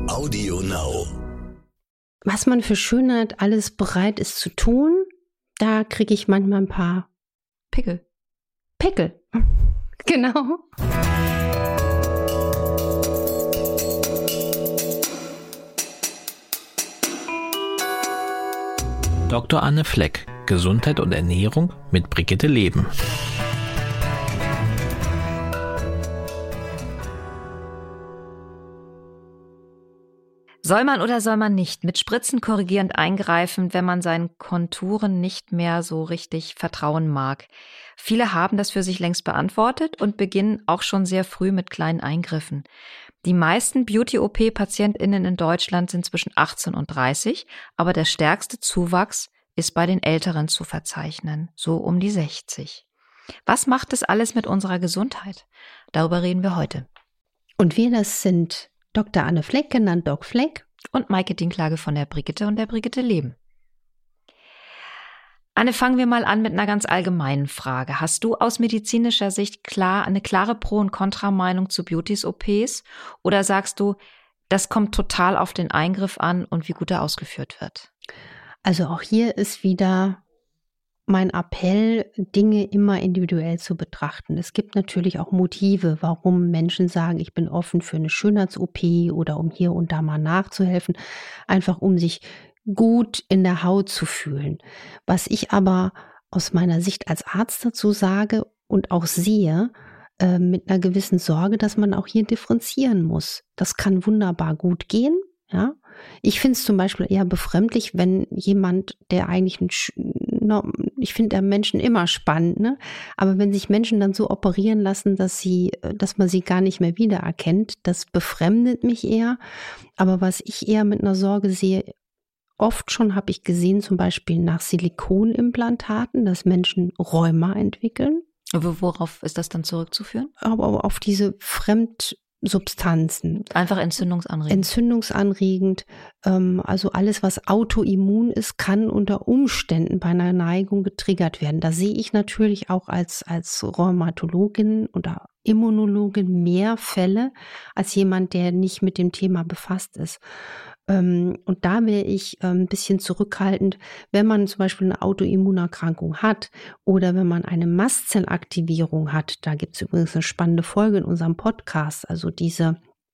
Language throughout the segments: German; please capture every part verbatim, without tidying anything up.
Audio Now. Was man für Schönheit alles bereit ist zu tun, da kriege ich manchmal ein paar Pickel. Pickel. Genau. Doktor Anne Fleck, Gesundheit und Ernährung mit Brigitte Leben. Soll man oder soll man nicht mit Spritzen korrigierend eingreifen, wenn man seinen Konturen nicht mehr so richtig vertrauen mag? Viele haben das für sich längst beantwortet und beginnen auch schon sehr früh mit kleinen Eingriffen. Die meisten Beauty-O P-PatientInnen in Deutschland sind zwischen achtzehn und dreißig, aber der stärkste Zuwachs ist bei den Älteren zu verzeichnen, so um die sechzig. Was macht das alles mit unserer Gesundheit? Darüber reden wir heute. Und wir, das sind Doktor Anne Fleck, genannt Doc Fleck. Und Maike Dinklage von der Brigitte und der Brigitte Leben. Anne, fangen wir mal an mit einer ganz allgemeinen Frage. Hast du aus medizinischer Sicht klar eine klare Pro- und Kontrameinung zu Beauty-O Ps? Oder sagst du, das kommt total auf den Eingriff an und wie gut er ausgeführt wird? Also auch hier ist wieder mein Appell, Dinge immer individuell zu betrachten. Es gibt natürlich auch Motive, warum Menschen sagen, ich bin offen für eine Schönheits-O P oder um hier und da mal nachzuhelfen, einfach um sich gut in der Haut zu fühlen. Was ich aber aus meiner Sicht als Arzt dazu sage und auch sehe, äh, mit einer gewissen Sorge, dass man auch hier differenzieren muss. Das kann wunderbar gut gehen, ja. Ich finde es zum Beispiel eher befremdlich, wenn jemand, der eigentlich, ein, ich finde ja Menschen immer spannend, ne? Aber wenn sich Menschen dann so operieren lassen, dass sie, dass man sie gar nicht mehr wiedererkennt, das befremdet mich eher. Aber was ich eher mit einer Sorge sehe, oft schon habe ich gesehen, zum Beispiel nach Silikonimplantaten, dass Menschen Rheuma entwickeln. Aber worauf ist das dann zurückzuführen? Aber auf diese Fremd Substanzen. Einfach entzündungsanregend. Entzündungsanregend. Ähm, also alles, was autoimmun ist, kann unter Umständen bei einer Neigung getriggert werden. Da sehe ich natürlich auch als, als Rheumatologin oder Immunologin mehr Fälle als jemand, der nicht mit dem Thema befasst ist. Ähm, und da wäre ich ein bisschen zurückhaltend, wenn man zum Beispiel eine Autoimmunerkrankung hat oder wenn man eine Mastzellaktivierung hat. Da gibt es übrigens eine spannende Folge in unserem Podcast, also diese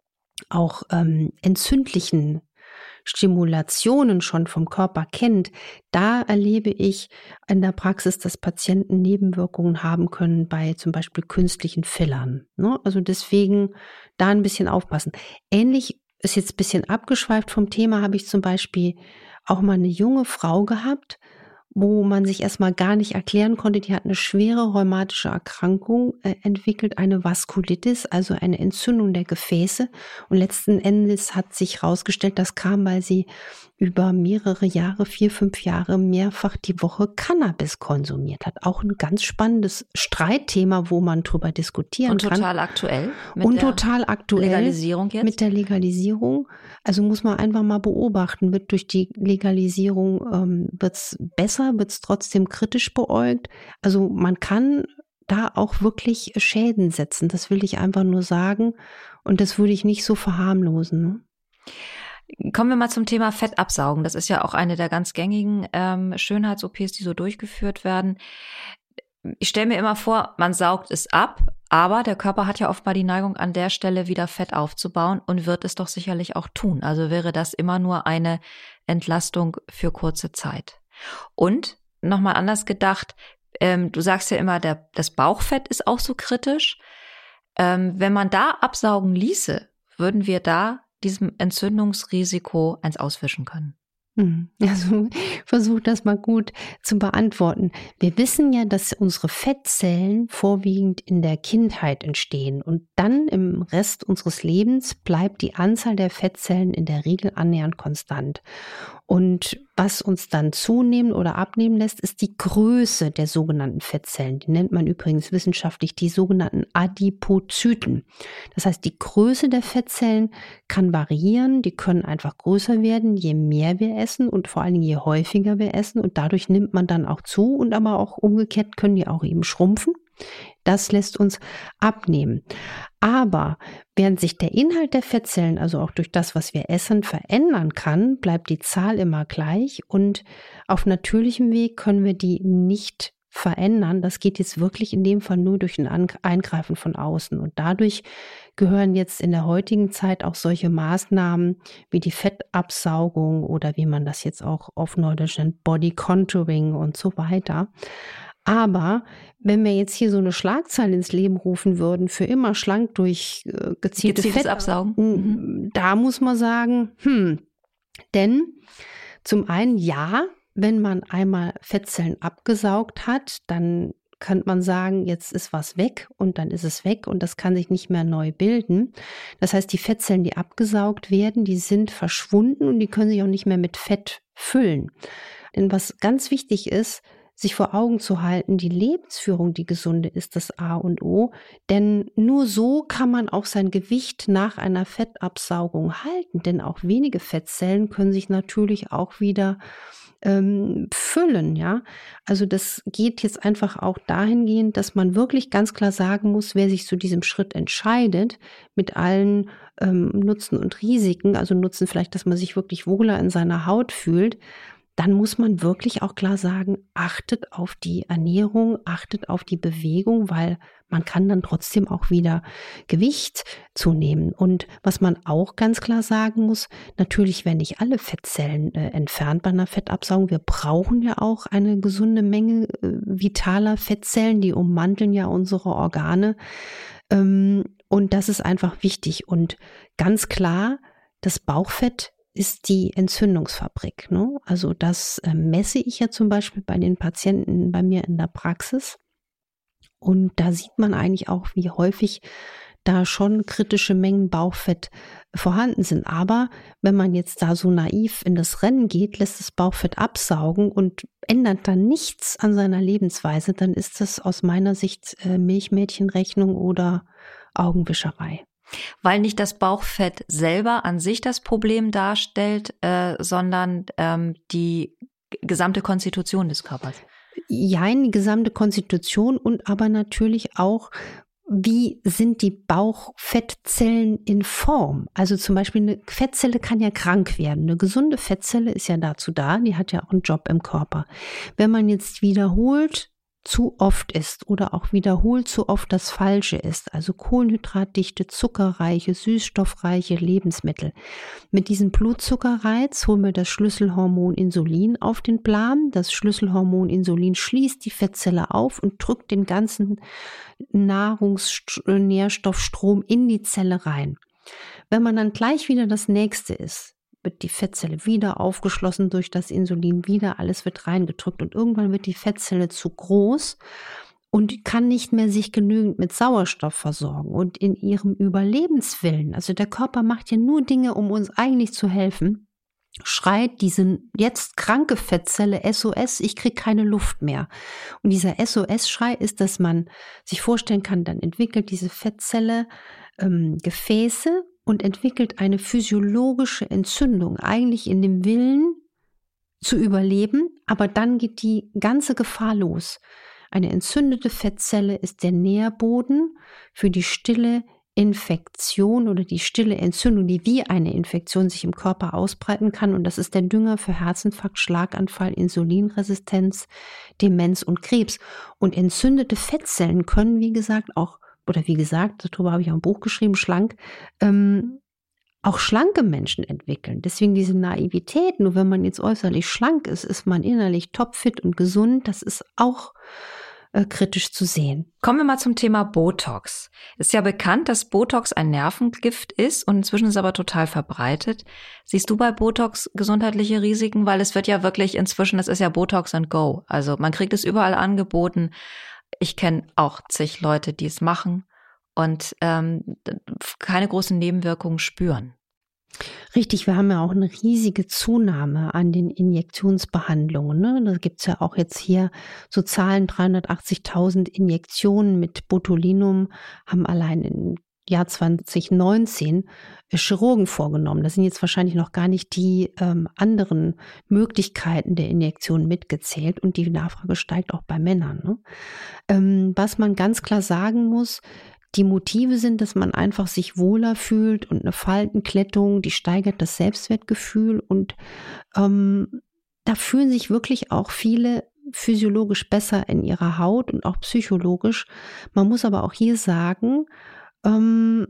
auch ähm, entzündlichen Stimulationen schon vom Körper kennt, da erlebe ich in der Praxis, dass Patienten Nebenwirkungen haben können bei zum Beispiel künstlichen Fillern. Ne? Also deswegen da ein bisschen aufpassen. Ähnlich ist jetzt ein bisschen abgeschweift vom Thema, habe ich zum Beispiel auch mal eine junge Frau gehabt, wo man sich erstmal gar nicht erklären konnte, die hat eine schwere rheumatische Erkrankung äh, entwickelt, eine Vaskulitis, also eine Entzündung der Gefäße. Und letzten Endes hat sich herausgestellt, das kam, weil sie über mehrere Jahre, vier, fünf Jahre mehrfach die Woche Cannabis konsumiert hat. Auch ein ganz spannendes Streitthema, wo man drüber diskutieren Und kann. total aktuell. Mit Und der total aktuell. Legalisierung jetzt? Mit der Legalisierung. Also muss man einfach mal beobachten, wird durch die Legalisierung ähm, wird's besser, wird's trotzdem kritisch beäugt. Also man kann da auch wirklich Schäden setzen. Das will ich einfach nur sagen. Und das würde ich nicht so verharmlosen. Ne? Kommen wir mal zum Thema Fettabsaugen. Das ist ja auch eine der ganz gängigen ähm, Schönheits-O Ps, die so durchgeführt werden. Ich stelle mir immer vor, man saugt es ab, aber der Körper hat ja oft mal die Neigung, an der Stelle wieder Fett aufzubauen und wird es doch sicherlich auch tun. Also wäre das immer nur eine Entlastung für kurze Zeit. Und nochmal anders gedacht, ähm, du sagst ja immer, der, das Bauchfett ist auch so kritisch. Ähm, wenn man da absaugen ließe, würden wir da diesem Entzündungsrisiko eins auswischen können? Also versuch das mal gut zu beantworten. Wir wissen ja, dass unsere Fettzellen vorwiegend in der Kindheit entstehen und dann im Rest unseres Lebens bleibt die Anzahl der Fettzellen in der Regel annähernd konstant. Und was uns dann zunehmen oder abnehmen lässt, ist die Größe der sogenannten Fettzellen. Die nennt man übrigens wissenschaftlich die sogenannten Adipozyten. Das heißt, die Größe der Fettzellen kann variieren. Die können einfach größer werden, je mehr wir essen und vor allen Dingen je häufiger wir essen. Und dadurch nimmt man dann auch zu und aber auch umgekehrt können die auch eben schrumpfen. Das lässt uns abnehmen. Aber während sich der Inhalt der Fettzellen, also auch durch das, was wir essen, verändern kann, bleibt die Zahl immer gleich und auf natürlichem Weg können wir die nicht verändern. Das geht jetzt wirklich in dem Fall nur durch ein Eingreifen von außen. Und dadurch gehören jetzt in der heutigen Zeit auch solche Maßnahmen wie die Fettabsaugung oder wie man das jetzt auch auf Neudeutsch nennt, Body Contouring und so weiter. Aber wenn wir jetzt hier so eine Schlagzeile ins Leben rufen würden, für immer schlank durch äh, gezielte Fett, Absaugen, mhm. da muss man sagen, hm, denn zum einen ja, wenn man einmal Fettzellen abgesaugt hat, dann kann man sagen, jetzt ist was weg und dann ist es weg und das kann sich nicht mehr neu bilden. Das heißt, die Fettzellen, die abgesaugt werden, die sind verschwunden und die können sich auch nicht mehr mit Fett füllen. Denn was ganz wichtig ist, sich vor Augen zu halten, die Lebensführung, die gesunde, ist das A und O. Denn nur so kann man auch sein Gewicht nach einer Fettabsaugung halten. Denn auch wenige Fettzellen können sich natürlich auch wieder ähm, füllen. Ja? Also das geht jetzt einfach auch dahingehend, dass man wirklich ganz klar sagen muss, wer sich zu diesem Schritt entscheidet, mit allen ähm, Nutzen und Risiken, also Nutzen vielleicht, dass man sich wirklich wohler in seiner Haut fühlt, dann muss man wirklich auch klar sagen, achtet auf die Ernährung, achtet auf die Bewegung, weil man kann dann trotzdem auch wieder Gewicht zunehmen. Und was man auch ganz klar sagen muss, natürlich werden nicht alle Fettzellen äh, entfernt bei einer Fettabsaugung. Wir brauchen ja auch eine gesunde Menge äh, vitaler Fettzellen, die ummanteln ja unsere Organe. Ähm, und das ist einfach wichtig. Und ganz klar, das Bauchfett ist die Entzündungsfabrik. Ne? Also das äh, messe ich ja zum Beispiel bei den Patienten bei mir in der Praxis. Und da sieht man eigentlich auch, wie häufig da schon kritische Mengen Bauchfett vorhanden sind. Aber wenn man jetzt da so naiv in das Rennen geht, lässt das Bauchfett absaugen und ändert dann nichts an seiner Lebensweise, dann ist das aus meiner Sicht äh, Milchmädchenrechnung oder Augenwischerei. Weil nicht das Bauchfett selber an sich das Problem darstellt, äh, sondern ähm, die gesamte Konstitution des Körpers. Ja, die gesamte Konstitution und aber natürlich auch, wie sind die Bauchfettzellen in Form? Also zum Beispiel eine Fettzelle kann ja krank werden. Eine gesunde Fettzelle ist ja dazu da, die hat ja auch einen Job im Körper. Wenn man jetzt wiederholt zu oft isst oder auch wiederholt zu oft das Falsche isst, also kohlenhydratdichte, zuckerreiche, süßstoffreiche Lebensmittel. Mit diesem Blutzuckerreiz holen wir das Schlüsselhormon Insulin auf den Plan. Das Schlüsselhormon Insulin schließt die Fettzelle auf und drückt den ganzen Nahrungsnährstoffstrom in die Zelle rein. Wenn man dann gleich wieder das nächste isst, wird die Fettzelle wieder aufgeschlossen durch das Insulin, wieder alles wird reingedrückt und irgendwann wird die Fettzelle zu groß und kann nicht mehr sich genügend mit Sauerstoff versorgen und in ihrem Überlebenswillen, also der Körper macht ja nur Dinge, um uns eigentlich zu helfen, schreit diese jetzt kranke Fettzelle S O S, ich kriege keine Luft mehr. Und dieser S O S-Schrei ist, dass man sich vorstellen kann, dann entwickelt diese Fettzelle ähm, Gefäße und entwickelt eine physiologische Entzündung, eigentlich in dem Willen zu überleben, aber dann geht die ganze Gefahr los. Eine entzündete Fettzelle ist der Nährboden für die stille Infektion oder die stille Entzündung, die wie eine Infektion sich im Körper ausbreiten kann. Und das ist der Dünger für Herzinfarkt, Schlaganfall, Insulinresistenz, Demenz und Krebs. Und entzündete Fettzellen können, wie gesagt, auch oder wie gesagt, darüber habe ich auch ein Buch geschrieben, schlank, ähm, auch schlanke Menschen entwickeln. Deswegen diese Naivität, nur wenn man jetzt äußerlich schlank ist, ist man innerlich topfit und gesund. Das ist auch äh, kritisch zu sehen. Kommen wir mal zum Thema Botox. Ist ja bekannt, dass Botox ein Nervengift ist und inzwischen ist es aber total verbreitet. Siehst du bei Botox gesundheitliche Risiken? Weil es wird ja wirklich inzwischen, das ist ja Botox and Go. Also man kriegt es überall angeboten. Ich kenne auch zig Leute, die es machen und ähm, keine großen Nebenwirkungen spüren. Richtig, wir haben ja auch eine riesige Zunahme an den Injektionsbehandlungen. Ne? Da gibt es ja auch jetzt hier so Zahlen, dreihundertachtzigtausend Injektionen mit Botulinum haben allein in Jahr zwanzig neunzehn Chirurgen vorgenommen. Das sind jetzt wahrscheinlich noch gar nicht die ähm, anderen Möglichkeiten der Injektion mitgezählt und die Nachfrage steigt auch bei Männern. Ne? Ähm, was man ganz klar sagen muss, die Motive sind, dass man einfach sich wohler fühlt und eine Faltenklettung, die steigert das Selbstwertgefühl und ähm, da fühlen sich wirklich auch viele physiologisch besser in ihrer Haut und auch psychologisch. Man muss aber auch hier sagen, ähm,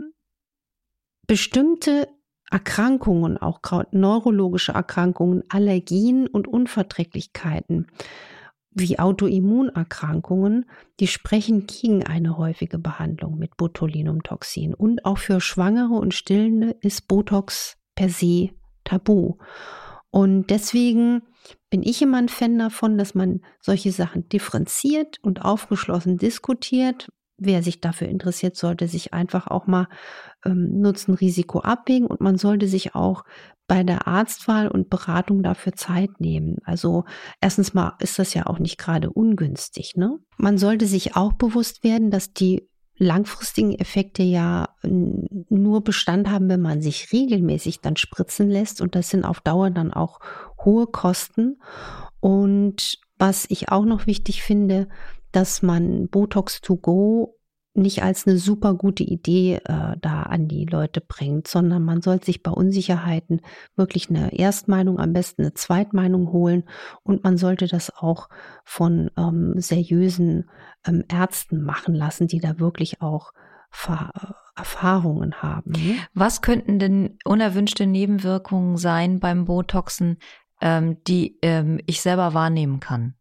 bestimmte Erkrankungen, auch neurologische Erkrankungen, Allergien und Unverträglichkeiten wie Autoimmunerkrankungen, die sprechen gegen eine häufige Behandlung mit Botulinumtoxin. Und auch für Schwangere und Stillende ist Botox per se tabu. Und deswegen bin ich immer ein Fan davon, dass man solche Sachen differenziert und aufgeschlossen diskutiert. Wer sich dafür interessiert, sollte sich einfach auch mal ähm, Nutzen-Risiko abwägen und man sollte sich auch bei der Arztwahl und Beratung dafür Zeit nehmen. Also erstens mal ist das ja auch nicht gerade ungünstig, ne? Man sollte sich auch bewusst werden, dass die langfristigen Effekte ja nur Bestand haben, wenn man sich regelmäßig dann spritzen lässt und das sind auf Dauer dann auch hohe Kosten. Und was ich auch noch wichtig finde, dass man Botox to go nicht als eine super gute Idee äh, da an die Leute bringt, sondern man sollte sich bei Unsicherheiten wirklich eine Erstmeinung, am besten eine Zweitmeinung holen und man sollte das auch von ähm, seriösen ähm, Ärzten machen lassen, die da wirklich auch Ver- Erfahrungen haben. Ne? Was könnten denn unerwünschte Nebenwirkungen sein beim Botoxen, ähm, die ähm, ich selber wahrnehmen kann?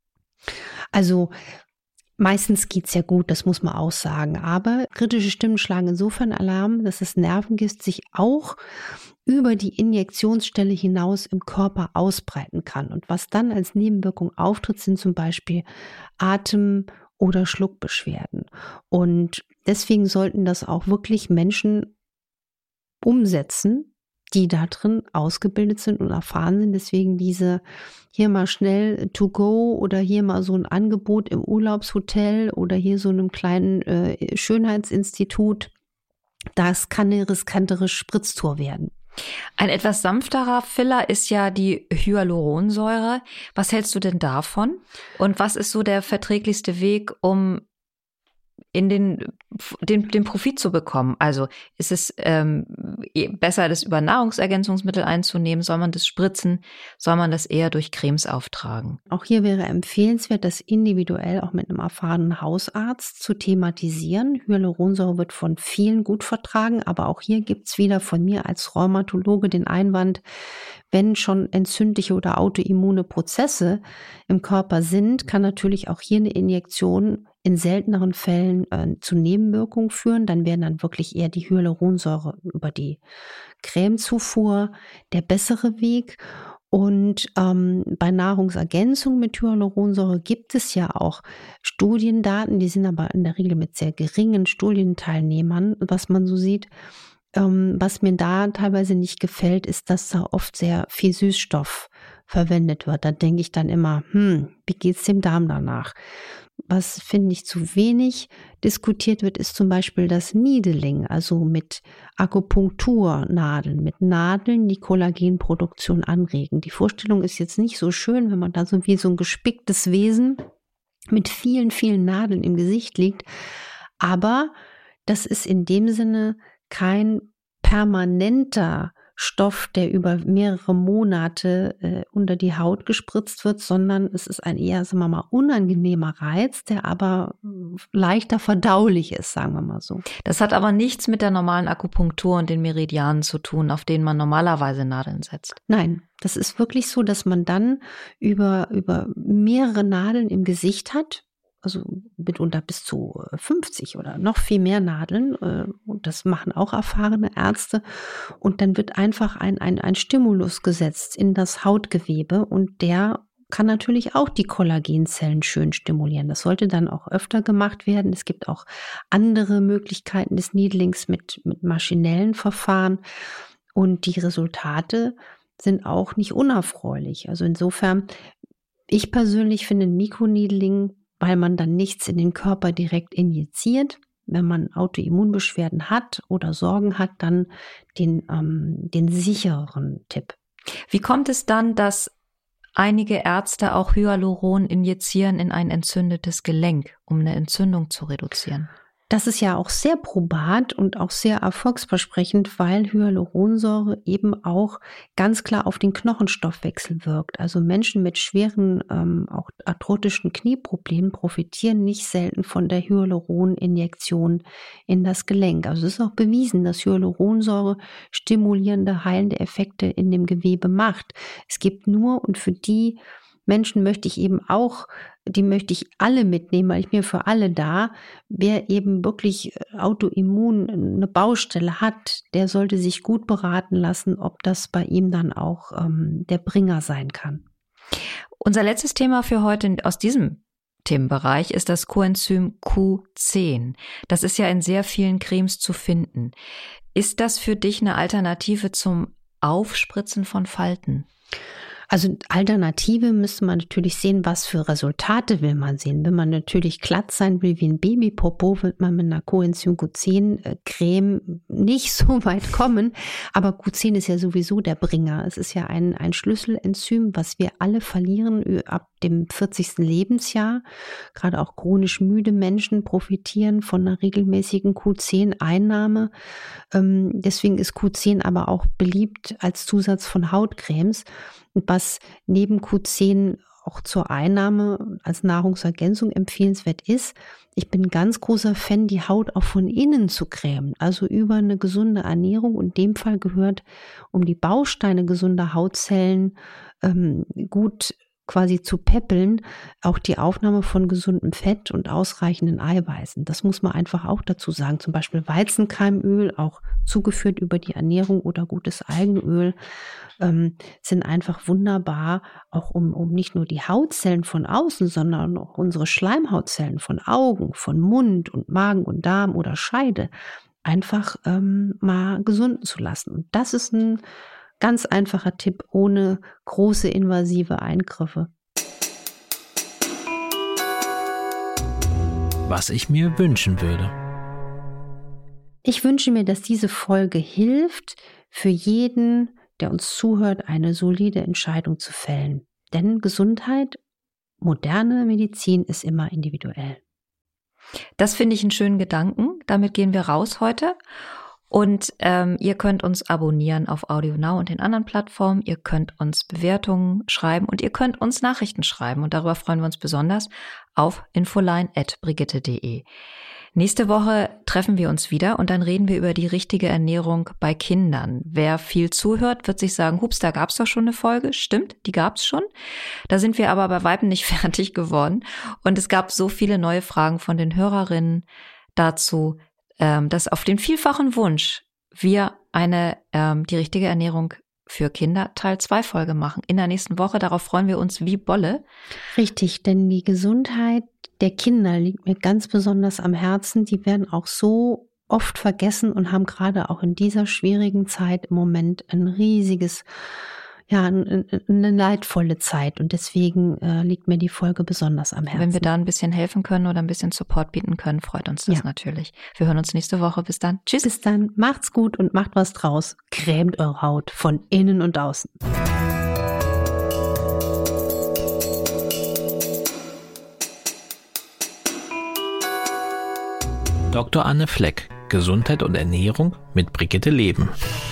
Also meistens geht's ja gut, das muss man auch sagen. Aber kritische Stimmen schlagen insofern Alarm, dass das Nervengift sich auch über die Injektionsstelle hinaus im Körper ausbreiten kann. Und was dann als Nebenwirkung auftritt, sind zum Beispiel Atem- oder Schluckbeschwerden. Und deswegen sollten das auch wirklich Menschen umsetzen, die da drin ausgebildet sind und erfahren sind. Deswegen diese hier mal schnell to go oder hier mal so ein Angebot im Urlaubshotel oder hier so einem kleinen äh, Schönheitsinstitut. Das kann eine riskantere Spritztour werden. Ein etwas sanfterer Filler ist ja die Hyaluronsäure. Was hältst du denn davon? Und was ist so der verträglichste Weg, um in den, den, den Profit zu bekommen? Also ist es ähm, besser, das über Nahrungsergänzungsmittel einzunehmen? Soll man das spritzen? Soll man das eher durch Cremes auftragen? Auch hier wäre empfehlenswert, das individuell auch mit einem erfahrenen Hausarzt zu thematisieren. Hyaluronsäure wird von vielen gut vertragen, aber auch hier gibt's wieder von mir als Rheumatologe den Einwand, wenn schon entzündliche oder autoimmune Prozesse im Körper sind, kann natürlich auch hier eine Injektion in selteneren Fällen äh, zu Nebenwirkungen führen. Dann wären dann wirklich eher die Hyaluronsäure über die Cremezufuhr der bessere Weg. Und ähm, bei Nahrungsergänzung mit Hyaluronsäure gibt es ja auch Studiendaten, die sind aber in der Regel mit sehr geringen Studienteilnehmern, was man so sieht. Ähm, was mir da teilweise nicht gefällt, ist, dass da oft sehr viel Süßstoff verwendet wird. Da denke ich dann immer, hm, wie geht's dem Darm danach? Was, finde ich, zu wenig diskutiert wird, ist zum Beispiel das Needling, also mit Akupunkturnadeln, mit Nadeln, die Kollagenproduktion anregen. Die Vorstellung ist jetzt nicht so schön, wenn man da so wie so ein gespicktes Wesen mit vielen, vielen Nadeln im Gesicht liegt. Aber das ist in dem Sinne kein permanenter Stoff, der über mehrere Monate äh, unter die Haut gespritzt wird, sondern es ist ein eher, sagen wir mal, unangenehmer Reiz, der aber leichter verdaulich ist, sagen wir mal so. Das hat aber nichts mit der normalen Akupunktur und den Meridianen zu tun, auf denen man normalerweise Nadeln setzt. Nein, das ist wirklich so, dass man dann über, über mehrere Nadeln im Gesicht hat, also mitunter bis zu fünfzig oder noch viel mehr Nadeln. Und das machen auch erfahrene Ärzte. Und dann wird einfach ein, ein, ein Stimulus gesetzt in das Hautgewebe und der kann natürlich auch die Kollagenzellen schön stimulieren. Das sollte dann auch öfter gemacht werden. Es gibt auch andere Möglichkeiten des Needlings mit, mit maschinellen Verfahren. Und die Resultate sind auch nicht unerfreulich. Also insofern, ich persönlich finde Mikroneedling, weil man dann nichts in den Körper direkt injiziert, wenn man Autoimmunbeschwerden hat oder Sorgen hat, dann den, ähm, den sichereren Tipp. Wie kommt es dann, dass einige Ärzte auch Hyaluron injizieren in ein entzündetes Gelenk, um eine Entzündung zu reduzieren? Das ist ja auch sehr probat und auch sehr erfolgsversprechend, weil Hyaluronsäure eben auch ganz klar auf den Knochenstoffwechsel wirkt. Also Menschen mit schweren, ähm, auch arthrotischen Knieproblemen profitieren nicht selten von der Hyaluroninjektion in das Gelenk. Also es ist auch bewiesen, dass Hyaluronsäure stimulierende, heilende Effekte in dem Gewebe macht. Es gibt nur, und für die Menschen möchte ich eben auch, die möchte ich alle mitnehmen, weil ich mir für alle da, wer eben wirklich autoimmun eine Baustelle hat, der sollte sich gut beraten lassen, ob das bei ihm dann auch ähm, der Bringer sein kann. Unser letztes Thema für heute aus diesem Themenbereich ist das Coenzym Q zehn. Das ist ja in sehr vielen Cremes zu finden. Ist das für dich eine Alternative zum Aufspritzen von Falten? Also Alternative müsste man natürlich sehen, was für Resultate will man sehen. Wenn man natürlich glatt sein will wie ein Babypopo, wird man mit einer Coenzym Q zehn Creme nicht so weit kommen. Aber Q zehn ist ja sowieso der Bringer. Es ist ja ein, ein Schlüsselenzym, was wir alle verlieren ab dem vierzigsten Lebensjahr. Gerade auch chronisch müde Menschen profitieren von einer regelmäßigen Q zehn Einnahme. Ähm, deswegen ist Q zehn aber auch beliebt als Zusatz von Hautcremes. Und was neben Q zehn auch zur Einnahme als Nahrungsergänzung empfehlenswert ist, ich bin ein ganz großer Fan, die Haut auch von innen zu cremen, also über eine gesunde Ernährung. Und in dem Fall gehört, um die Bausteine gesunder Hautzellen ähm, gut quasi zu peppeln, auch die Aufnahme von gesundem Fett und ausreichenden Eiweißen. Das muss man einfach auch dazu sagen. Zum Beispiel Weizenkeimöl, auch zugeführt über die Ernährung, oder gutes Algenöl, ähm, sind einfach wunderbar, auch um, um nicht nur die Hautzellen von außen, sondern auch unsere Schleimhautzellen von Augen, von Mund und Magen und Darm oder Scheide einfach ähm, mal gesunden zu lassen. Und das ist ein ganz einfacher Tipp, ohne große invasive Eingriffe. Was ich mir wünschen würde. Ich wünsche mir, dass diese Folge hilft, für jeden, der uns zuhört, eine solide Entscheidung zu fällen. Denn Gesundheit, moderne Medizin ist immer individuell. Das finde ich einen schönen Gedanken. Damit gehen wir raus heute. Und ähm, ihr könnt uns abonnieren auf AudioNow und den anderen Plattformen. Ihr könnt uns Bewertungen schreiben und ihr könnt uns Nachrichten schreiben. Und darüber freuen wir uns besonders auf infoline at brigitte punkt de. Nächste Woche treffen wir uns wieder und dann reden wir über die richtige Ernährung bei Kindern. Wer viel zuhört, wird sich sagen, hups, da gab's doch schon eine Folge. Stimmt, die gab's schon. Da sind wir aber bei Weitem nicht fertig geworden. Und es gab so viele neue Fragen von den Hörerinnen dazu, dass auf den vielfachen Wunsch wir eine ähm, die richtige Ernährung für Kinder Teil zwei Folge machen. In der nächsten Woche, darauf freuen wir uns wie Bolle. Richtig, denn die Gesundheit der Kinder liegt mir ganz besonders am Herzen. Die werden auch so oft vergessen und haben gerade auch in dieser schwierigen Zeit im Moment ein riesiges, ja, eine leidvolle Zeit. Und deswegen äh, liegt mir die Folge besonders am Herzen. Wenn wir da ein bisschen helfen können oder ein bisschen Support bieten können, freut uns das ja natürlich. Wir hören uns nächste Woche. Bis dann. Tschüss. Bis dann. Macht's gut und macht was draus. Cremt eure Haut von innen und außen. Doktor Anne Fleck, Gesundheit und Ernährung mit Brigitte Leben.